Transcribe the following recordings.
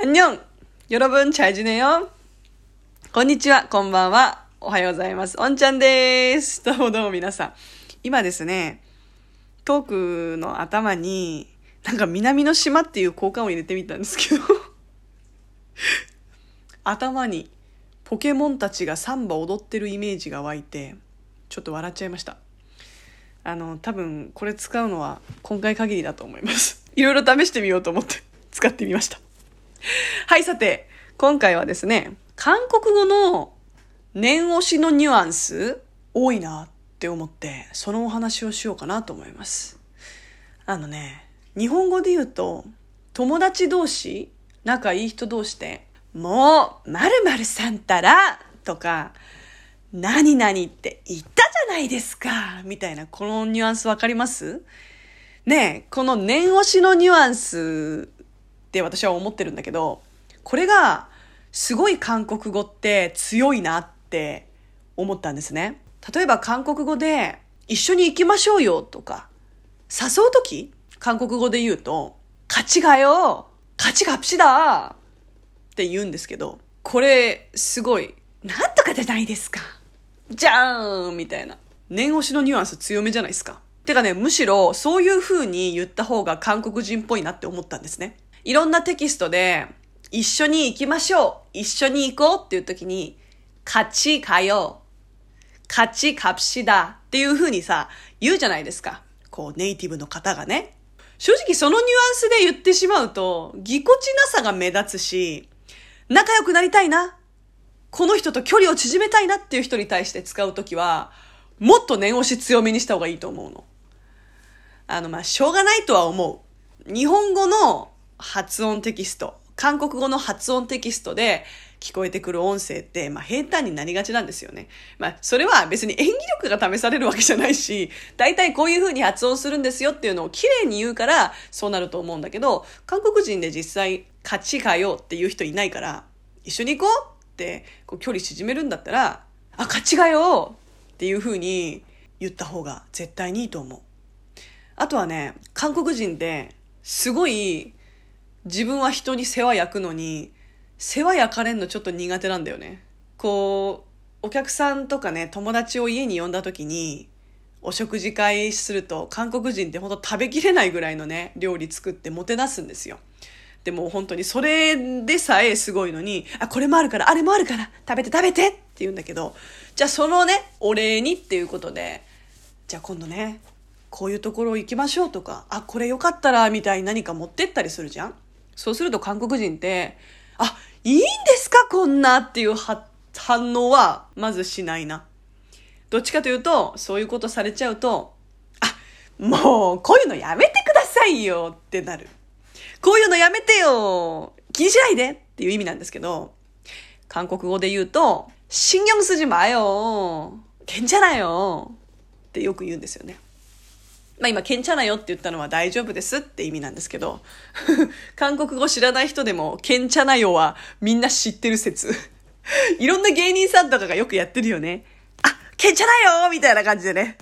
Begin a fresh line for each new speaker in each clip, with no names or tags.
안녕! 여러분 잘 지내요? こんにちは、こんばんは。おはようございます。おんちゃんです。どうもどうも皆さん。今ですね、トークの頭に、なんか南の島っていう効果音を入れてみたんですけど、頭にポケモンたちがサンバ踊ってるイメージが湧いて、ちょっと笑っちゃいました。多分これ使うのは今回限りだと思います。いろいろ試してみようと思って使ってみました。はい、さて、今回はですね、韓国語の念押しのニュアンス多いなって思って、そのお話をしようかなと思います。日本語で言うと、友達同士、仲いい人同士で、もう、〇〇さんたら、とか、何々って言ったじゃないですか、みたいな、このニュアンスわかります？ねえ、この念押しのニュアンスって私は思ってるんだけど、これがすごい韓国語って強いなって思ったんですね。例えば韓国語で一緒に行きましょうよとか誘うとき、韓国語で言うと같이 가요、같이 갑시다って言うんですけど、これすごいなんとかじゃないですか、じゃーんみたいな念押しのニュアンス強めじゃないですか。てかね、むしろそういう風に言った方が韓国人っぽいなって思ったんですね。いろんなテキストで一緒に行きましょう、一緒に行こうっていう時に같이 가요、같이 갑시다っていう風にさ言うじゃないですか。こうネイティブの方がね。正直そのニュアンスで言ってしまうとぎこちなさが目立つし、仲良くなりたいな、この人と距離を縮めたいなっていう人に対して使うときはもっと念押し強めにした方がいいと思うの。しょうがないとは思う。日本語の発音テキスト、韓国語の発音テキストで聞こえてくる音声って、平坦になりがちなんですよね。それは別に演技力が試されるわけじゃないし、大体こういう風に発音するんですよっていうのを綺麗に言うから、そうなると思うんだけど、韓国人で実際、같이 가요っていう人いないから、一緒に行こうってこう距離縮めるんだったら、같이 가요っていう風に言った方が絶対にいいと思う。あとはね、韓国人ってすごい自分は人に世話焼くのに世話焼かれんのちょっと苦手なんだよね。こうお客さんとかね、友達を家に呼んだ時にお食事会すると、韓国人ってほんと食べきれないぐらいのね料理作ってもてなすんですよ。でも本当にそれでさえすごいのに、これもあるからあれもあるから食べて食べてって言うんだけど、じゃあそのねお礼にっていうことで、じゃあ今度ねこういうところ行きましょうとか、これよかったらみたいに何か持ってったりするじゃん。そうすると韓国人っていいんですかこんなっていう反応はまずしないな。どっちかというと、そういうことされちゃうと、もうこういうのやめてくださいよってなる。こういうのやめてよ、気にしないでっていう意味なんですけど、韓国語で言うと신경 쓰지 마요、괜찮아요ってよく言うんですよね。今、괜찮아요って言ったのは大丈夫ですって意味なんですけど、韓国語知らない人でも괜찮아요はみんな知ってる説。いろんな芸人さんとかがよくやってるよね。괜찮아요みたいな感じでね。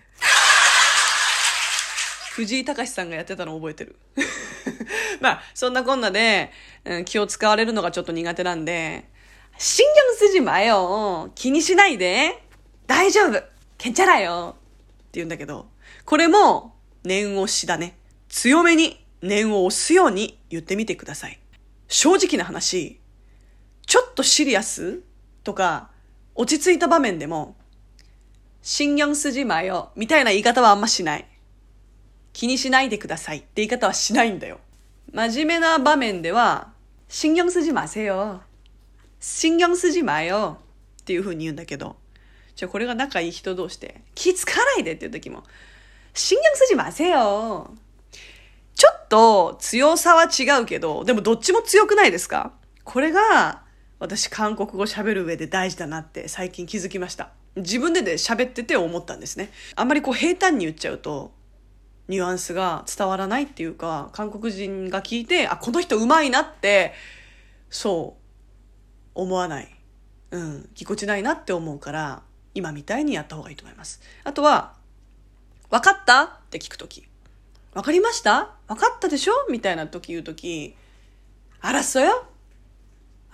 藤井隆さんがやってたのを覚えてる。そんなこんなで、気を使われるのがちょっと苦手なんで、신경 쓰지 마요、気にしないで、大丈夫、괜찮아요って言うんだけど、これも念押しだね。強めに念を押すように言ってみてください。正直な話、ちょっとシリアスとか落ち着いた場面でも신경 쓰지 마요みたいな言い方はあんましない。気にしないでくださいって言い方はしないんだよ。真面目な場面では신경 쓰지 마세요、신경 쓰지 마요っていう風に言うんだけど、じゃあこれが仲いい人同士で気つかないでっていう時も신경 쓰지 마세요、ちょっと強さは違うけど、でもどっちも強くないですか？これが私韓国語喋る上で大事だなって最近気づきました。自分で喋ってて思ったんですね。あんまり平坦に言っちゃうとニュアンスが伝わらないっていうか、韓国人が聞いてこの人うまいなってそう思わない、ぎこちないなって思うから、今みたいにやった方がいいと思います。あとはわかったって聞くとき、わかりました？わかったでしょみたいな時言うとき、알았어요？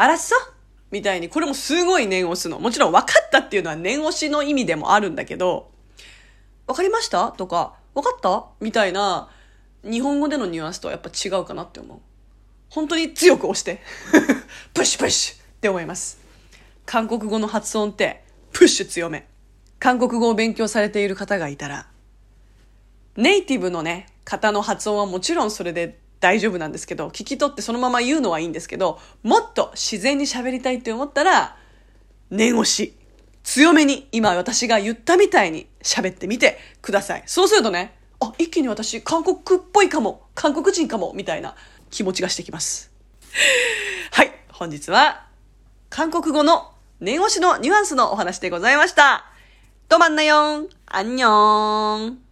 あらっそみたいに、これもすごい念押すの。もちろん分かったっていうのは念押しの意味でもあるんだけど、分かりましたとか、分かったみたいな、日本語でのニュアンスとはやっぱ違うかなって思う。本当に強く押して。プッシュプッシュって思います。韓国語の発音って、プッシュ強め。韓国語を勉強されている方がいたら、ネイティブのね、方の発音はもちろんそれで大丈夫なんですけど、聞き取ってそのまま言うのはいいんですけど、もっと自然に喋りたいって思ったら、念押し。強めに今私が言ったみたいに喋ってみてください。そうするとね、あ、一気に私韓国っぽいかも、韓国人かも、みたいな気持ちがしてきます。はい、本日は韓国語の念押しのニュアンスのお話でございました。とまんなよん、あんにょーん。